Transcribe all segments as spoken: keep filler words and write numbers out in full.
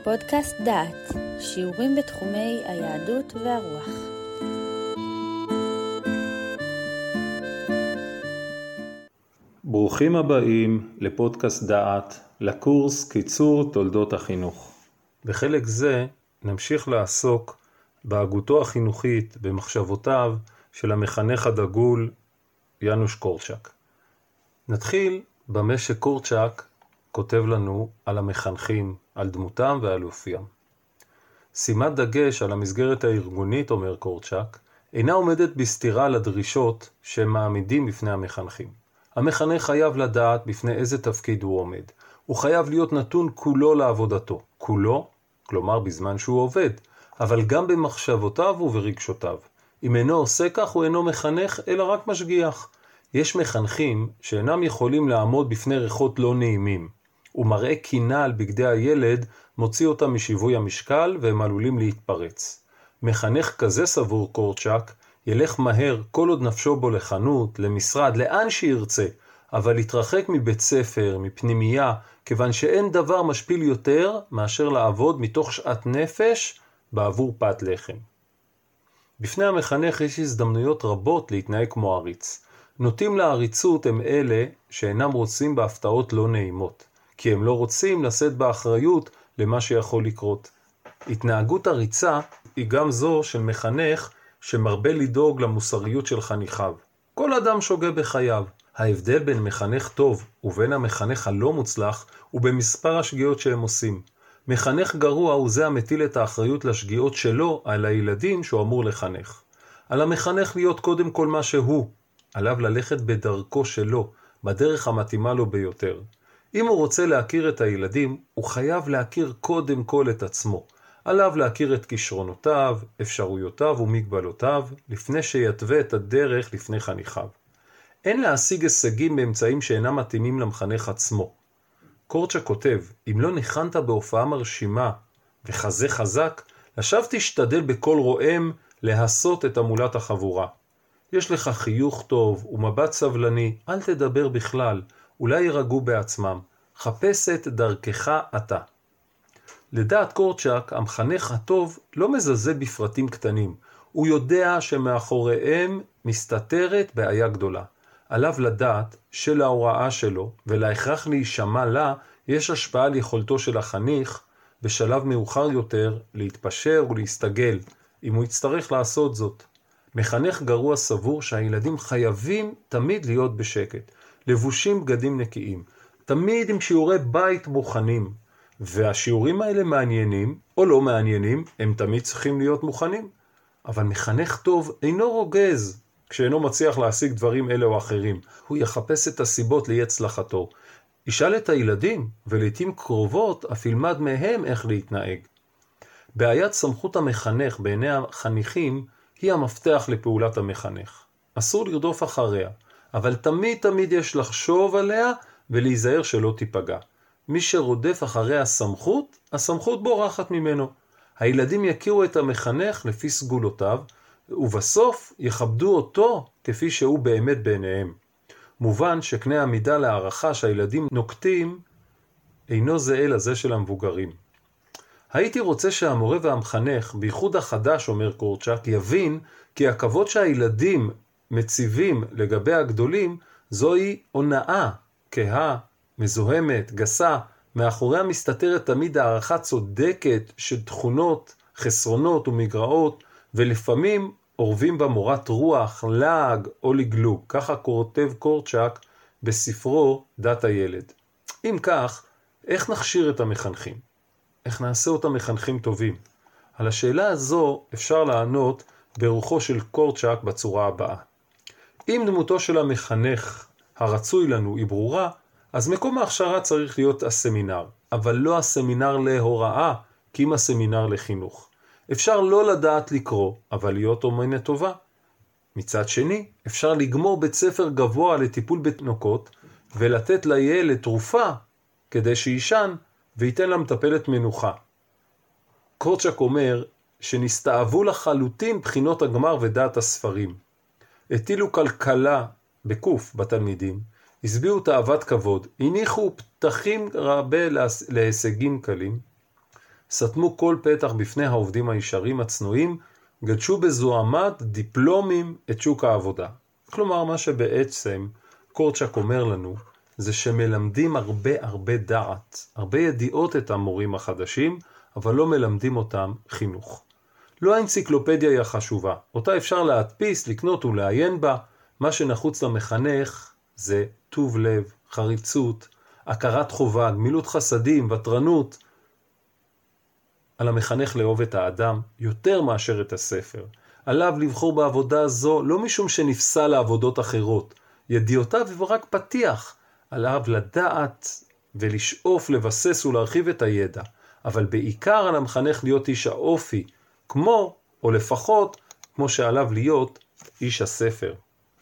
פודקאסט דעת, שיעורים בתחומי היהדות והרוח. ברוכים הבאים לפודקאסט דעת, לקורס קיצור תולדות החינוך. בחלק זה נמשיך לעסוק בהגותו החינוכית, במחשבותיו של המחנך הדגול יאנוש קורצ'אק. נתחיל במה שקורצ'אק כותב לנו על המחנכים, על דמותם ועל אופיים. שימת דגש על המסגרת הארגונית, אומר קורצ'אק, אינה עומדת בסתירה לדרישות שמעמידים בפני המחנכים. המחנך חייב לדעת בפני איזה תפקיד הוא עומד. הוא חייב להיות נתון כולו לעבודתו. כולו, כלומר בזמן שהוא עובד, אבל גם במחשבותיו וברגשותיו. אם אינו עושה כך, הוא אינו מחנך, אלא רק משגיח. יש מחנכים שאינם יכולים לעמוד בפני ריחות לא נעימים, ומראה קינה על בגדי הילד מוציא אותם משיווי המשקל והם עלולים להתפרץ. מחנך כזה, סבור קורצ'אק, ילך מהר כל עוד נפשו בו לחנות, למשרד, לאן שירצה, אבל יתרחק מבית ספר, מפנימייה, כיוון שאין דבר משפיל יותר מאשר לעבוד מתוך שעת נפש בעבור פת לחם. בפני המחנך יש הזדמנויות רבות להתנהג כמו עריץ. נוטים לעריצות הם אלה שאינם רוצים בהפתעות לא נעימות, כי הם לא רוצים לשאת באחריות למה שיכול לקרות. התנהגות עריצה היא גם זו של מחנך שמרבה לדאוג למוסריות של חניכיו. כל אדם שוגה בחייו. ההבדל בין מחנך טוב ובין המחנך הלא מוצלח הוא במספר השגיאות שהם עושים. מחנך גרוע הוא זה המטיל את האחריות לשגיאות שלו על הילדים שהוא אמור לחנך. על המחנך להיות קודם כל מה שהוא. עליו ללכת בדרכו שלו, בדרך המתאימה לו ביותר. אם הוא רוצה להכיר את הילדים, הוא חייב להכיר קודם כל את עצמו. עליו להכיר את כישרונותיו, אפשרויותיו ומגבלותיו, לפני שיתווה את הדרך לפני חניכיו. אין להשיג הישגים באמצעים שאינם מתאימים למחנך עצמו. קורצ'אק כותב, אם לא ניחנת בהופעה מרשימה וחזה חזק, לשווא תשתדל בכל רועם להסות את המולת החבורה. יש לך חיוך טוב ומבט סבלני, אל תדבר בכלל, אולי ירגעו בעצמם. חפש את דרכך אתה. לדעת קורצ'אק, המחנך הטוב לא מזלזל בפרטים קטנים. הוא יודע שמאחוריהם מסתתרת בעיה גדולה. עליו לדעת שלהוראה שלו ולהכרח להישמע לה יש השפעה על יכולתו של החניך בשלב מאוחר יותר להתפשר ולהסתגל, אם הוא יצטרך לעשות זאת. מחנך גרוע סבור שהילדים חייבים תמיד להיות בשקט, לבושים בגדים נקיים, תמיד עם שיעורי בית מוכנים, והשיעורים האלה מעניינים או לא מעניינים, הם תמיד צריכים להיות מוכנים. אבל מחנך טוב אינו רוגז כשאינו מצליח להשיג דברים אלה או אחרים. הוא יחפש את הסיבות לאי הצלחתו. ישאל את הילדים, ולעיתים קרובות אף ילמד מהם איך להתנהג. בעיית סמכות המחנך בעיני החניכים היא המפתח לפעולת המחנך. אסור לרדוף אחריה, אבל תמיד תמיד יש לחשוב עליה ולהיזהר שלא תיפגע. מי שרודף אחרי הסמכות, הסמכות בורחת ממנו. הילדים יכירו את המחנך לפי סגולותיו, ובסוף יכבדו אותו כפי שהוא באמת בעיניהם. מובן שקנה המידה להערכה שהילדים נוקטים אינו זהה לזה של המבוגרים. הייתי רוצה שהמורה והמחנך, בייחוד החדש, אומר קורצ'אק, יבין כי הכבוד שהילדים מציבים לגבי הגדולים, זוהי הונאה, כהה, מזוהמת, גסה, מאחוריה מסתתרת תמיד הערכה צודקת של תכונות, חסרונות ומגרעות, ולפעמים עורבים בה מורת רוח, לעג או לגלוג. ככה כותב קורצ'אק בספרו דת הילד. אם כך, איך נכשיר את המחנכים? איך נעשה אותם מחנכים טובים? על השאלה הזו אפשר לענות ברוחו של קורצ'אק בצורה הבאה. אם דמותו של המחנך הרצוי לנו היא ברורה, אז מקום ההכשרה צריך להיות הסמינר, אבל לא הסמינר להוראה, כי אם הסמינר לחינוך. אפשר לא לדעת לקרוא, אבל להיות אומנת טובה. מצד שני, אפשר לגמור בית ספר גבוה לטיפול בתינוקות, ולתת לילד תרופה כדי שישן, וייתן לה מטפלת מנוחה. קורצ'אק אומר שנסתאבו לחלוטין בחינות הגמר ודעת הספרים. הטילו כלכלה בקוף בתלמידים, הסביעו תאוות כבוד, הניחו פתחים רבה להישגים קלים, סתמו כל פתח בפני העובדים הישרים הצנועים, גדשו בזוהמת דיפלומים את שוק העבודה. כלומר, מה שבעצם קורצ'אק אומר לנו, זה שמלמדים הרבה הרבה דעת, הרבה ידיעות את המורים החדשים, אבל לא מלמדים אותם חינוך. לא האנציקלופדיה היא החשובה, אותה אפשר להדפיס, לקנות ולעיין בה. מה שנחוץ למחנך זה טוב לב, חריצות, הכרת חובה, גמילות חסדים, וטרנות. על המחנך לאהוב את האדם יותר מאשר את הספר. עליו לבחור בעבודה זו לא משום שנפסע לעבודות אחרות. ידיעותיו הוא רק פתיח. עליו לדעת ולשאוף, לבסס ולהרחיב את הידע. אבל בעיקר על המחנך להיות איש האופי, כמו, או לפחות, כמו שעליו להיות איש הספר.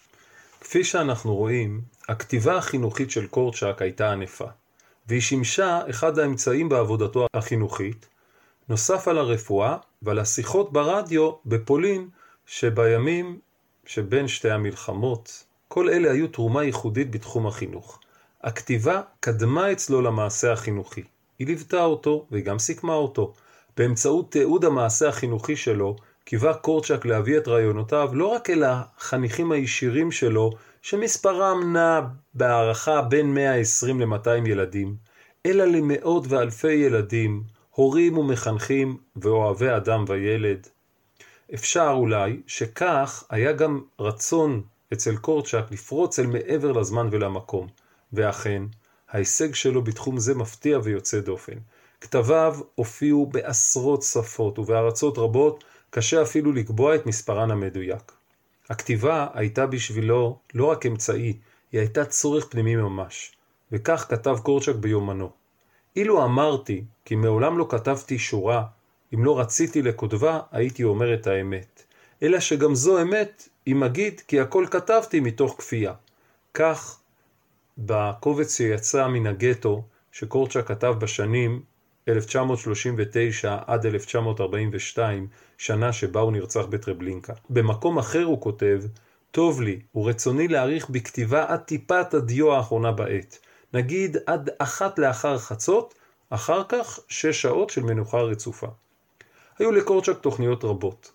כפי שאנחנו רואים, הכתיבה החינוכית של קורצ'אק הייתה ענפה, והיא שימשה אחד האמצעים בעבודתו החינוכית, נוסף על הרפואה ועל השיחות ברדיו בפולין שבימים שבין שתי המלחמות. כל אלה היו תרומה ייחודית בתחום החינוך. הכתיבה קדמה אצלו למעשה החינוכי. היא ליוותה אותו והיא גם סיכמה אותו. באמצעות תיעוד המעשה החינוכי שלו, קיווה קורצ'אק להביא את רעיונותיו לא רק אל החניכים הישירים שלו, שמספרם נע בהערכה בין מאה ועשרים ל-מאתיים ילדים, אלא למאות ואלפי ילדים, הורים ומחנכים ואוהבי אדם וילד. אפשר אולי שכך היה גם רצון אצל קורצ'אק לפרוץ אל מעבר לזמן ולמקום, ואכן, ההישג שלו בתחום זה מפתיע ויוצא דופן. כתביו הופיעו בעשרות שפות ובארצות רבות, קשה אפילו לקבוע את מספרן המדויק. הכתיבה הייתה בשבילו לא רק אמצעי, היא הייתה צורך פנימי ממש, וכך כתב קורצ'אק ביומנו. אילו אמרתי כי מעולם לא כתבתי שורה, אם לא רציתי לכותבה, הייתי אומר את האמת. אלא שגם זו אמת, אם אגיד כי הכל כתבתי מתוך כפייה. כך, בקובץ שיצא מן הגטו, שקורצ'אק כתב בשנים אלף תשע מאות שלושים ותשע עד אלף תשע מאות ארבעים ושתיים, שנה שבה הוא נרצח בטרבלינקה. במקום אחר הוא כותב, טוב לי ורצוני להאריך בכתיבה עד טיפת הדיו האחרונה בעת. נגיד עד אחת לאחר חצות, אחר כך שש שעות של מנוחה רצופה. היו לקורצ'אק תוכניות רבות,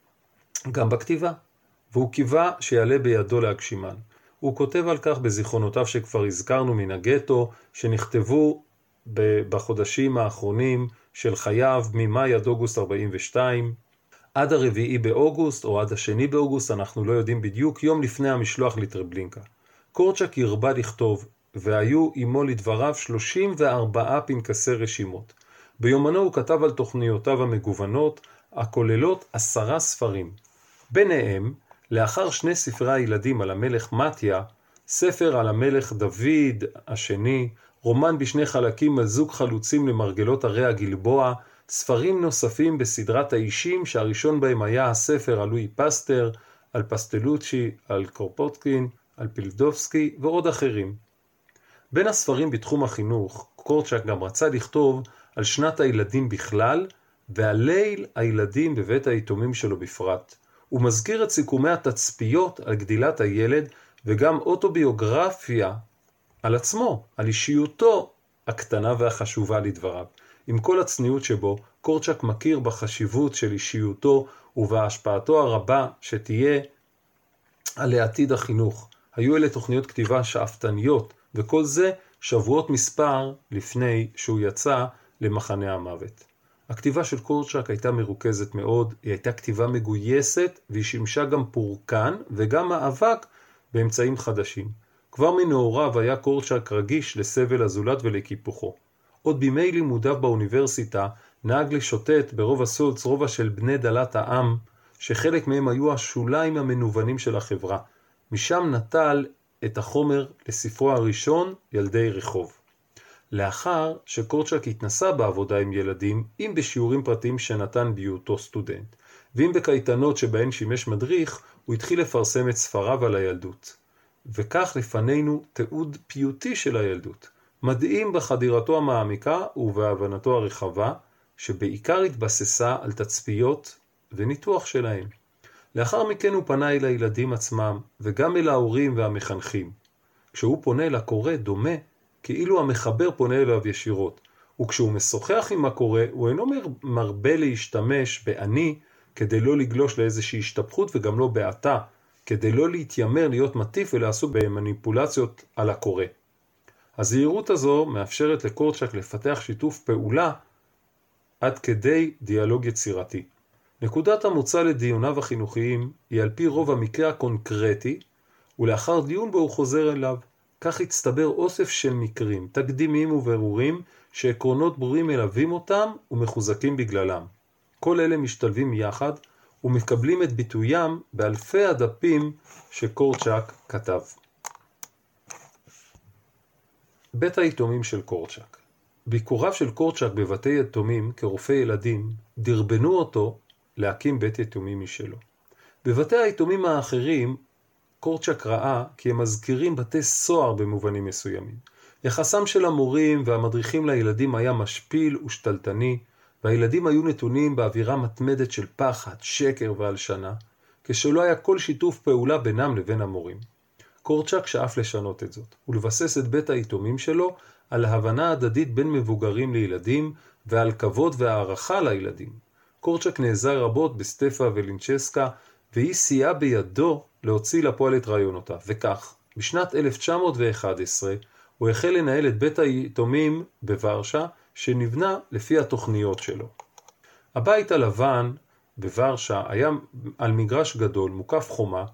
גם בכתיבה, והוא קיווה שיעלה בידו להגשימן. הוא כותב על כך בזיכרונותיו שכבר הזכרנו מן הגטו, שנכתבו בחודשים האחרונים של חייו ממאי עד אוגוסט ארבעים ושתיים, עד הרביעי באוגוסט או עד השני באוגוסט, אנחנו לא יודעים בדיוק, יום לפני המשלוח לטרבלינקה. קורצ'אק הרבה לכתוב, והיו עמו לדבריו שלושים וארבעה פנקסי רשימות. ביומנו הוא כתב על תוכניותיו המגוונות, הכוללות עשרה ספרים. ביניהם, לאחר שני ספרי הילדים על המלך מתיה, ספר על המלך דוד השני, רומן בשני חלקים על זוג חלוצים למרגלות הרי הגלבוע, ספרים נוספים בסדרת האישים שהראשון בהם היה הספר על לואי פסטר, על פסטלוצ'י, על קורפוטקין, על פילדובסקי ועוד אחרים. בין הספרים בתחום החינוך, קורצ'אק גם רצה לכתוב על שנת הילדים בכלל ועל ליל הילדים בבית היתומים שלו בפרט. הוא מזכיר את סיכומי התצפיות על גדילת הילד וגם אוטוביוגרפיה על עצמו, על אישיותו הקטנה והחשובה לדבריו. עם כל הצניעות שבו, קורצ'אק מכיר בחשיבות של אישיותו ובהשפעתו הרבה שתהיה על העתיד החינוך. היו אלה תוכניות כתיבה שאפתניות, וכל זה שבועות מספר לפני שהוא יצא למחנה המוות. הכתיבה של קורצ'אק הייתה מרוכזת מאוד, היא הייתה כתיבה מגויסת והיא שימשה גם פורקן וגם מאבק באמצעים חדשים. כבר מנעוריו היה קורצ'אק רגיש לסבל הזולת ולקיפוחו. עוד בימי לימודיו באוניברסיטה נהג לשוטט ברוב הסולץ רובע של בני דלת העם, שחלק מהם היו השוליים המנוונים של החברה. משם נטל את החומר לספרו הראשון, ילדי רחוב. לאחר שקורצ'אק התנסה בעבודה עם ילדים, אם בשיעורים פרטיים שנתן בהיותו סטודנט, ואם בקייטנות שבהן שימש מדריך, הוא התחיל לפרסם את ספריו על הילדות. וכך לפנינו תיעוד פיוטי של הילדות, מדהים בחדירתו המעמיקה ובהבנתו הרחבה, שבעיקר התבססה על תצפיות וניתוח שלהם. לאחר מכן הוא פנה אל הילדים עצמם, וגם אל ההורים והמחנכים. כשהוא פונה לקורא דומה, כאילו המחבר פונה אליו ישירות. וכשהוא משוחח עם הקורא, הוא אינו מרבה להשתמש באני כדי לא לגלוש לאיזושהי השתפכות וגם לא בעתה, כדי לא להתיימר להיות מטיף ולעסוק במניפולציות על הקורא. הזהירות הזו מאפשרת לקורצ'אק לפתח שיתוף פעולה עד כדי דיאלוג יצירתי. נקודת המוצא לדיוניו החינוכיים היא על פי רוב המקרה הקונקרטי, ולאחר דיון בו הוא חוזר אליו. כך הצטבר אוסף של מקרים, תקדימים וברורים, שעקרונות ברורים מלווים אותם ומחוזקים בגללם. כל אלה משתלבים יחד ומקבלים את ביטוים באלפי הדפים שקורצ'אק כתב. בית היתומים של קורצ'אק. ביקוריו של קורצ'אק בבתי יתומים כרופא ילדים דרבנו אותו להקים בית יתומים משלו. בבתי היתומים האחרים קורצ'אק ראה כי הם מזכירים בתי סוהר במובנים מסוימים. יחסם של המורים והמדריכים לילדים היה משפיל ושתלטני, והילדים היו נתונים באווירה מתמדת של פחד, שקר והלשנה, כשלא היה כל שיתוף פעולה בינם לבין המורים. קורצ'אק שאף לשנות את זאת, ולבסס את בית היתומים שלו על ההבנה הדדית בין מבוגרים לילדים ועל כבוד והערכה לילדים. קורצ'אק נעזר רבות בסטפה ולינצ'סקה, והיא סייעה בידו להוציא לפועל את רעיונותיו, וכך, בשנת אלף תשע מאות ואחת עשרה הוא החל לנהל את בית היתומים בוורשה, שנבנה לפי התוכניות שלו. הבית הלבן בוורשה היה על מגרש גדול מוקף חומה,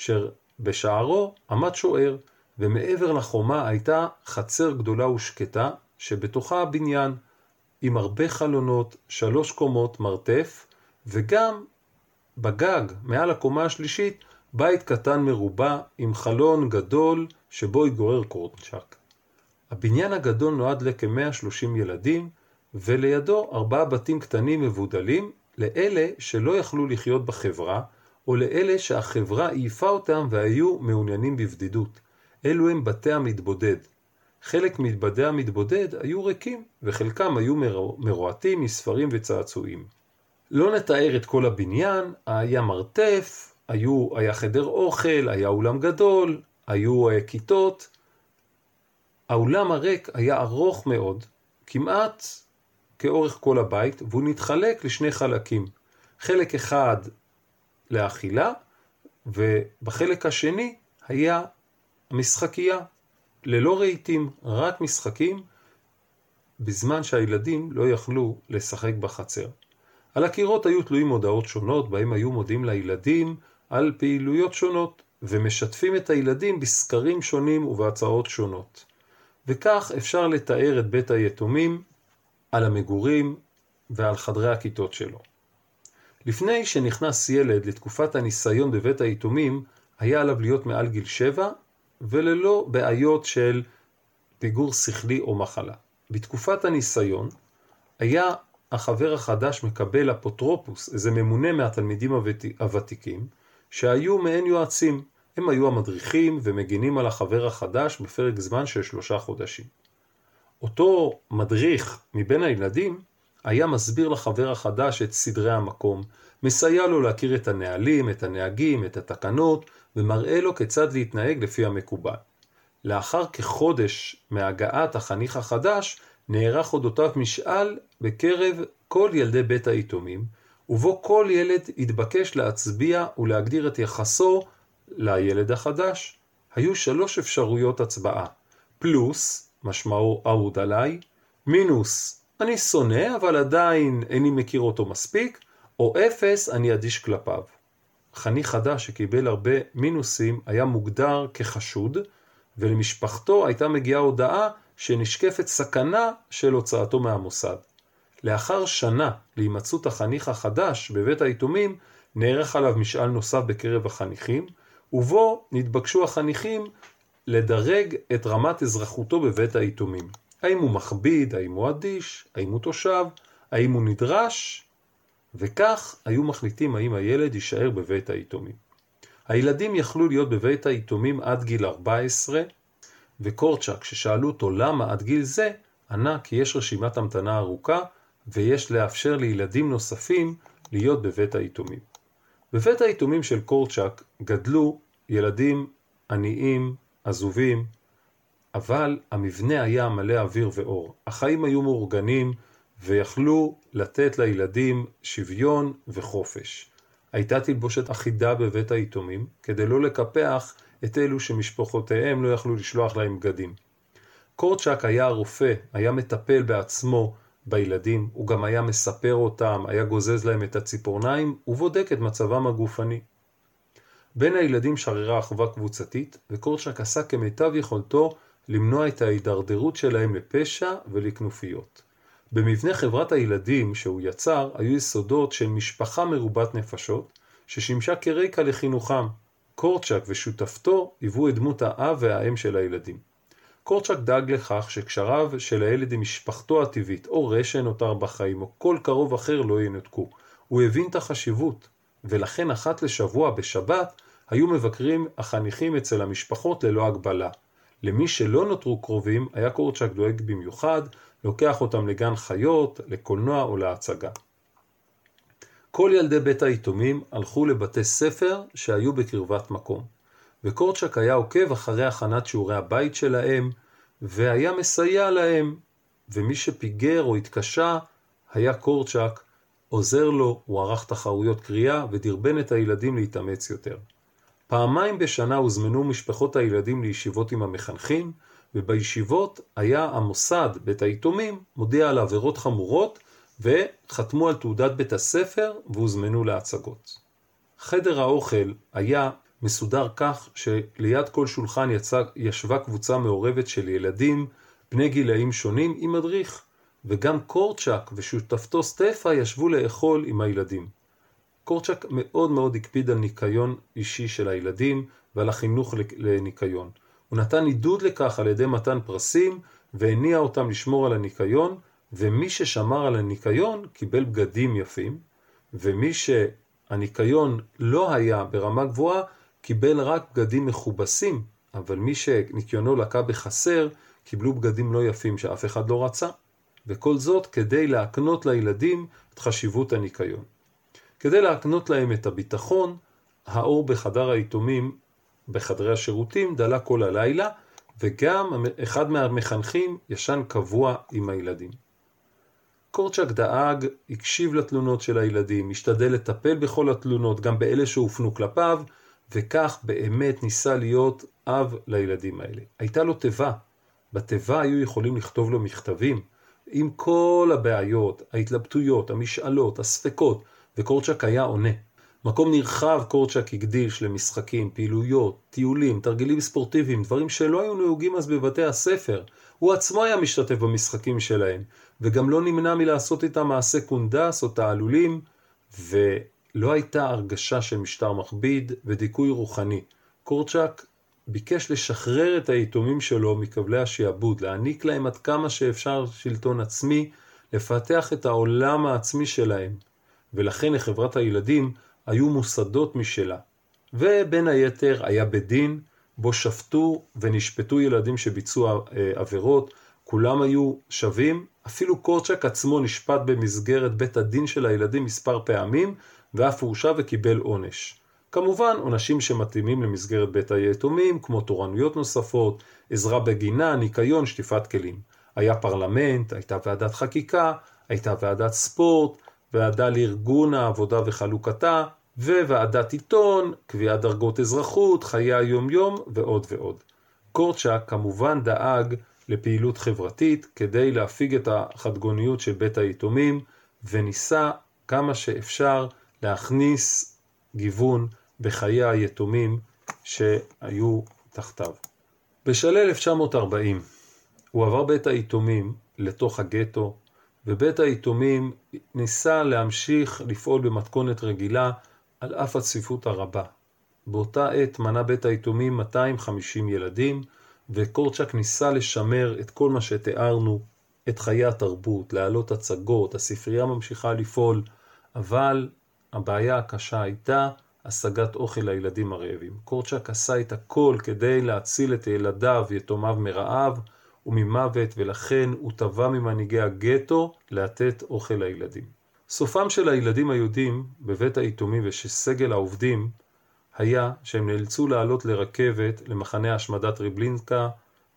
שבשערו עמד שוער, ומעבר לחומה הייתה חצר גדולה ושקטה, שבתוכה בניין עם הרבה חלונות, שלוש קומות מרתף, וגם בגג מעל הקומה השלישית בית קטן מרובע עם חלון גדול שבו התגורר קורצ'אק. הבניין הגדול נועד לכ-מאה ושלושים ילדים, ולידו ארבעה בתים קטנים מבודלים, לאלה שלא יכלו לחיות בחברה, או לאלה שהחברה העיפה אותם והיו מעוניינים בבדידות. אלו הם בתי המתבודד. חלק מבתי המתבודד היו ריקים, וחלקם היו מרועטים מספרים וצעצועים. לא נתאר את כל הבניין, היה מרתף, היו, היה חדר אוכל, היה אולם גדול, היו uh, כיתות. האולם הריק היה ארוך מאוד, כמעט כאורך כל הבית, והוא נתחלק לשני חלקים. חלק אחד לאכילה, ובחלק השני היה משחקייה, ללא רהיטים, רק משחקים, בזמן שהילדים לא יכלו לשחק בחצר. על הקירות היו תלויים מודעות שונות, בהם היו מודיעים לילדים על פעילויות שונות, ומשתפים את הילדים בסקרים שונים ובהצעות שונות. וכך אפשר לתאר את בית היתומים על המגורים ועל חדרי הכיתות שלו. לפני שנכנס ילד לתקופת הניסיון בבית היתומים, היה עליו להיות מעל גיל שבע, וללא בעיות של פיגור שכלי או מחלה. בתקופת הניסיון היה החבר החדש מקבל אפוטרופוס, איזה ממונה מהתלמידים הוותיקים, שהיו מעין יועצים. הם היו המדריכים ומגינים על החבר החדש בפרק זמן של שלושה חודשים. אותו מדריך מבין הילדים היה מסביר לחבר החדש את סדרי המקום, מסייע לו להכיר את הנהלים, את הנהגים, את התקנות, ומראה לו כיצד להתנהג לפי המקובל. לאחר כחודש מהגעת החניך החדש, נערך אודותיו משאל בקרב כל ילדי בית היתומים, ובו כל ילד התבקש להצביע ולהגדיר את יחסו לילד החדש. היו שלוש אפשרויות הצבעה, פלוס, משמעו אהוד עליי, מינוס, אני שונא אבל עדיין איני מכיר אותו מספיק, או אפס, אני אדיש כלפיו. חניך חדש שקיבל הרבה מינוסים היה מוגדר כחשוד, ולמשפחתו הייתה מגיעה הודעה שנשקפת סכנה של הוצאתו מהמוסד. לאחר שנה להימצאות החניך החדש בבית היתומים, נערך עליו משאל נוסף בקרב החניכים, ובו נתבקשו החניכים לדרג את רמת אזרחותו בבית היתומים. האם הוא מכביד, האם הוא אדיש, האם הוא תושב, האם הוא נדרש, וכך היו מחליטים האם הילד יישאר בבית היתומים. הילדים יכלו להיות בבית היתומים עד גיל ארבע עשרה, וקורצ'אק ששאלו אותו למה עד גיל זה, ענה כי יש רשימת המתנה ארוכה, ויש לאפשר לילדים נוספים להיות בבית היתומים. בבית היתומים של קורצ'אק גדלו ילדים עניים, עזובים, אבל המבנה היה מלא אוויר ואור. החיים היו מאורגנים ויכלו לתת לילדים שוויון וחופש. הייתה תלבושת אחידה בבית היתומים, כדי לא לקפח את אלו שמשפחותיהם לא יכלו לשלוח להם בגדים. קורצ'אק היה הרופא, היה מטפל בעצמו בילדים, הוא גם היה מספר אותם, היה גוזז להם את הציפורניים, ובודק את מצבם הגופני. בין הילדים שררה אחווה קבוצתית, וקורצ'אק עשה כמיטב יכולתו למנוע את ההידרדרות שלהם לפשע ולכנופיות. במבנה חברת הילדים שהוא יצר, היו יסודות של משפחה מרובת נפשות, ששימשה כרקע לחינוכם. קורצ'אק ושותפתו היוו את דמות האב והאם של הילדים. קורצ'אק דאג לכך שקשריו של הילד עם משפחתו הטבעית, או רשע נותר בחיים, או כל קרוב אחר לא ינותקו. הוא הבין את החשיבות, ולכן אחת לשבוע בשבת היו מבקרים החניכים אצל המשפחות ללא הגבלה. למי שלא נותרו קרובים, היה קורצ'אק דואג במיוחד, לוקח אותם לגן חיות, לקולנוע או להצגה. כל ילדי בית היתומים הלכו לבתי ספר שהיו בקרבת מקום, וקורצ'אק היה עוקב אחרי הכנת שיעורי הבית שלהם, והיה מסייע להם, ומי שפיגר או התקשה, היה קורצ'אק עוזר לו, הוא ערך תחרויות קריאה ודרבן את הילדים להתאמץ יותר. פעמיים בשנה הוזמנו משפחות הילדים לישיבות עם המחנכים, ובישיבות היה המוסד בית היתומים מודיע על עבירות חמורות, וחתמו על תעודת בית הספר והוזמנו להצגות. חדר האוכל היה מסודר כך שליד כל שולחן יצא, ישבה קבוצה מעורבת של ילדים בני גילאים שונים עם מדריך, וגם קורצ'אק ושותפתו סטפה ישבו לאכול עם הילדים. קורצ'אק מאוד מאוד הקפיד על ניקיון אישי של הילדים ועל החינוך לניקיון. הוא נתן עידוד לכך על ידי מתן פרסים והניע אותם לשמור על הניקיון, ומי ששמר על הניקיון קיבל בגדים יפים, ומי שהניקיון לא היה ברמה גבוהה קיבל רק בגדים מכובסים, אבל מי שניקיונו לקה בחסר קיבלו בגדים לא יפים שאף אחד לא רצה. וכל זאת כדי להקנות לילדים את חשיבות הניקיון. כדי להקנות להם את הביטחון, האור בחדר היתומים, בחדרי השירותים, דלה כל הלילה, וגם אחד מהמחנכים ישן קבוע עם הילדים. קורצ'אק דאג, הקשיב לתלונות של הילדים, השתדל לטפל בכל התלונות, גם באלה שהופנו כלפיו, וכך באמת ניסה להיות אב לילדים האלה. הייתה לו תיבה, בתיבה היו יכולים לכתוב לו מכתבים, עם כל הבעיות, ההתלבטויות, המשאלות, הספקות, וקורצ'אק היה עונה. מקום נרחב קורצ'אק הקדיש למשחקים, פעילויות, טיולים, תרגילים ספורטיביים, דברים שלא היו נהוגים אז בבתי הספר. הוא עצמו היה משתתף במשחקים שלהם, וגם לא נמנע מלעשות איתם מעשה קונדס או תעלולים, ולא הייתה הרגשה של משטר מכביד ודיכוי רוחני. קורצ'אק ביקש לשחרר את היתומים שלו מכבלי השעבוד, להעניק להם עד כמה שאפשר שלטון עצמי, לפתח את העולם העצמי שלהם, ולכן לחברת הילדים היו מוסדות משלה. ובין היתר היה בית דין, בו שפטו ונשפטו ילדים שביצעו עבירות, כולם היו שווים, אפילו קורצ'אק עצמו נשפט במסגרת בית הדין של הילדים מספר פעמים, ואף הורשע וקיבל עונש. כמובן, עונשים שמתאימים למסגרת בית היתומים, כמו תורנויות נוספות, עזרה בגינה, ניקיון, שטיפת כלים. היה פרלמנט, הייתה ועדת חקיקה, הייתה ועדת ספורט, ועדה לארגון העבודה וחלוקתה, וועדת עיתון, קביעת דרגות אזרחות, חיי היום-יום ועוד ועוד. קורצ'אק כמובן דאג לפעילות חברתית כדי להפיג את החדגוניות של בית היתומים, וניסה כמה שאפשר להכניס גיוון בחיי היתומים שהיו תחתיו. בשלהי אלף תשע מאות ארבעים הוא עבר בית היתומים לתוך הגטו, ובית היתומים ניסה להמשיך לפעול במתכונת רגילה על אף הצפיפות הרבה. באותה עת מנה בית היתומים מאתיים וחמישים ילדים, וקורצ'אק ניסה לשמר את כל מה שתיארנו, את חיי התרבות, להעלות הצגות, הספרייה ממשיכה לפעול, אבל הבעיה הקשה הייתה השגת אוכל לילדים הרעבים. קורצ'אק עשה את הכל כדי להציל את ילדיו יתומיו מרעב וממוות, ולכן הוא תבע ממנהיגי הגטו לתת אוכל לילדים. סופם של הילדים היהודים בבית היתומים ושסגל העובדים היה שהם נאלצו לעלות לרכבת למחנה השמדת ריבלינקה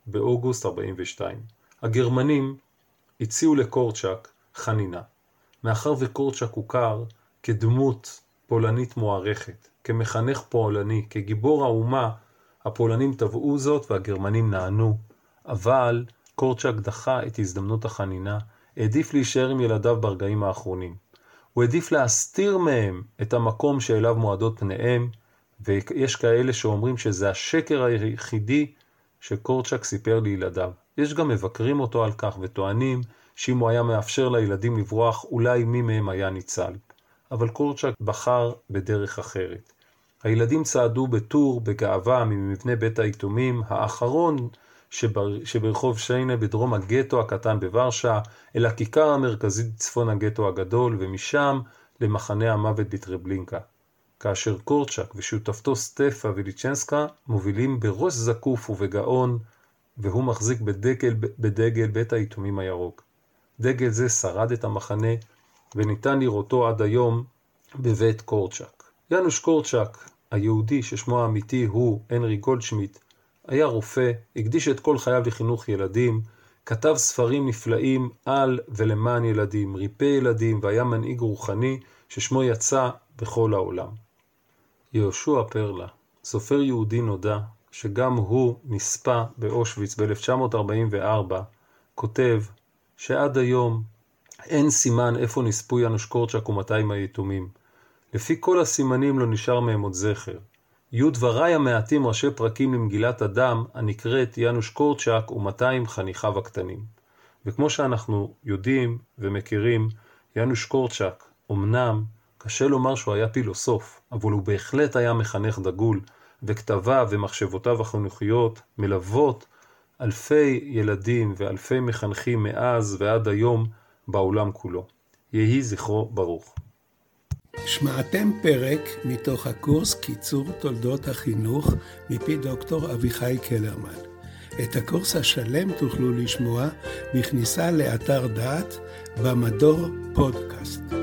באוגוסט ארבעים ושתיים. הגרמנים הציעו לקורצ'אק חנינה. מאחר וקורצ'אק הוכר כדמות פולנית מוערכת, כמחנך פולני, כגיבור האומה, הפולנים טבעו זאת והגרמנים נענו, אבל קורצ'אק דחה את הזדמנות החנינה, העדיף להישאר עם ילדיו ברגעים האחרונים. הוא העדיף להסתיר מהם את המקום שאליו מועדות פניהם, ויש כאלה שאומרים שזה השקר היחידי שקורצ'אק סיפר לילדיו. יש גם מבקרים אותו על כך וטוענים שאם הוא היה מאפשר לילדים לברוח, אולי מי מהם היה ניצל. אבל קורצ'אק בחר בדרך אחרת. הילדים צעדו בטור בגאווה ממבנה בית היתומים האחרון שבר... שברחוב שיינה בדרום הגטו הקטן בוורשה, אל הכיכר המרכזית בצפון הגטו הגדול, ומשם למחנה המוות בטרבלינקה. כאשר קורצ'אק ושותפתו סטפה וליצ'נסקה מובילים בראש זקוף ובגאון, והוא מחזיק בדגל, בדגל בית היתומים הירוק. דגל זה שרד את המחנה וניתן לראותו עד היום בבית קורצ'אק. יאנוש קורצ'אק, היהודי ששמו האמיתי הוא הנרי גולדשמיט, היה רופא, הקדיש את כל חייו לחינוך ילדים, כתב ספרים נפלאים על ולמען ילדים, ריפא ילדים, והיה מנהיג רוחני ששמו יצא בכל העולם. יהושע פרלה, סופר יהודי נודע, שגם הוא נספה באושוויץ ב-אלף תשע מאות ארבעים וארבע, כותב שעד היום אין סימן איפה נספו יאנוש קורצ'אק ומאתיים היתומים. לפי כל הסימנים לא נשאר מהם עוד זכר. יהיו דבריי המעטים ראשי פרקים למגילת אדם הנקראת יאנוש קורצ'אק ומאתיים חניכיו הקטנים. וכמו שאנחנו יודעים ומכירים, יאנוש קורצ'אק אמנם קשה לומר שהוא היה פילוסוף, אבל הוא בהחלט היה מחנך דגול, וכתביו ומחשבותיו החינוכיות מלוות אלפי ילדים ואלפי מחנכים מאז ועד היום בעולם כולו. יהי זכרו ברוך. שמעתם פרק מתוך הקורס קיצור תולדות החינוך מפי דוקטור אביחי קלרמן. את הקורס השלם תוכלו לשמוע בכניסה לאתר דעת במדור פודקאסט.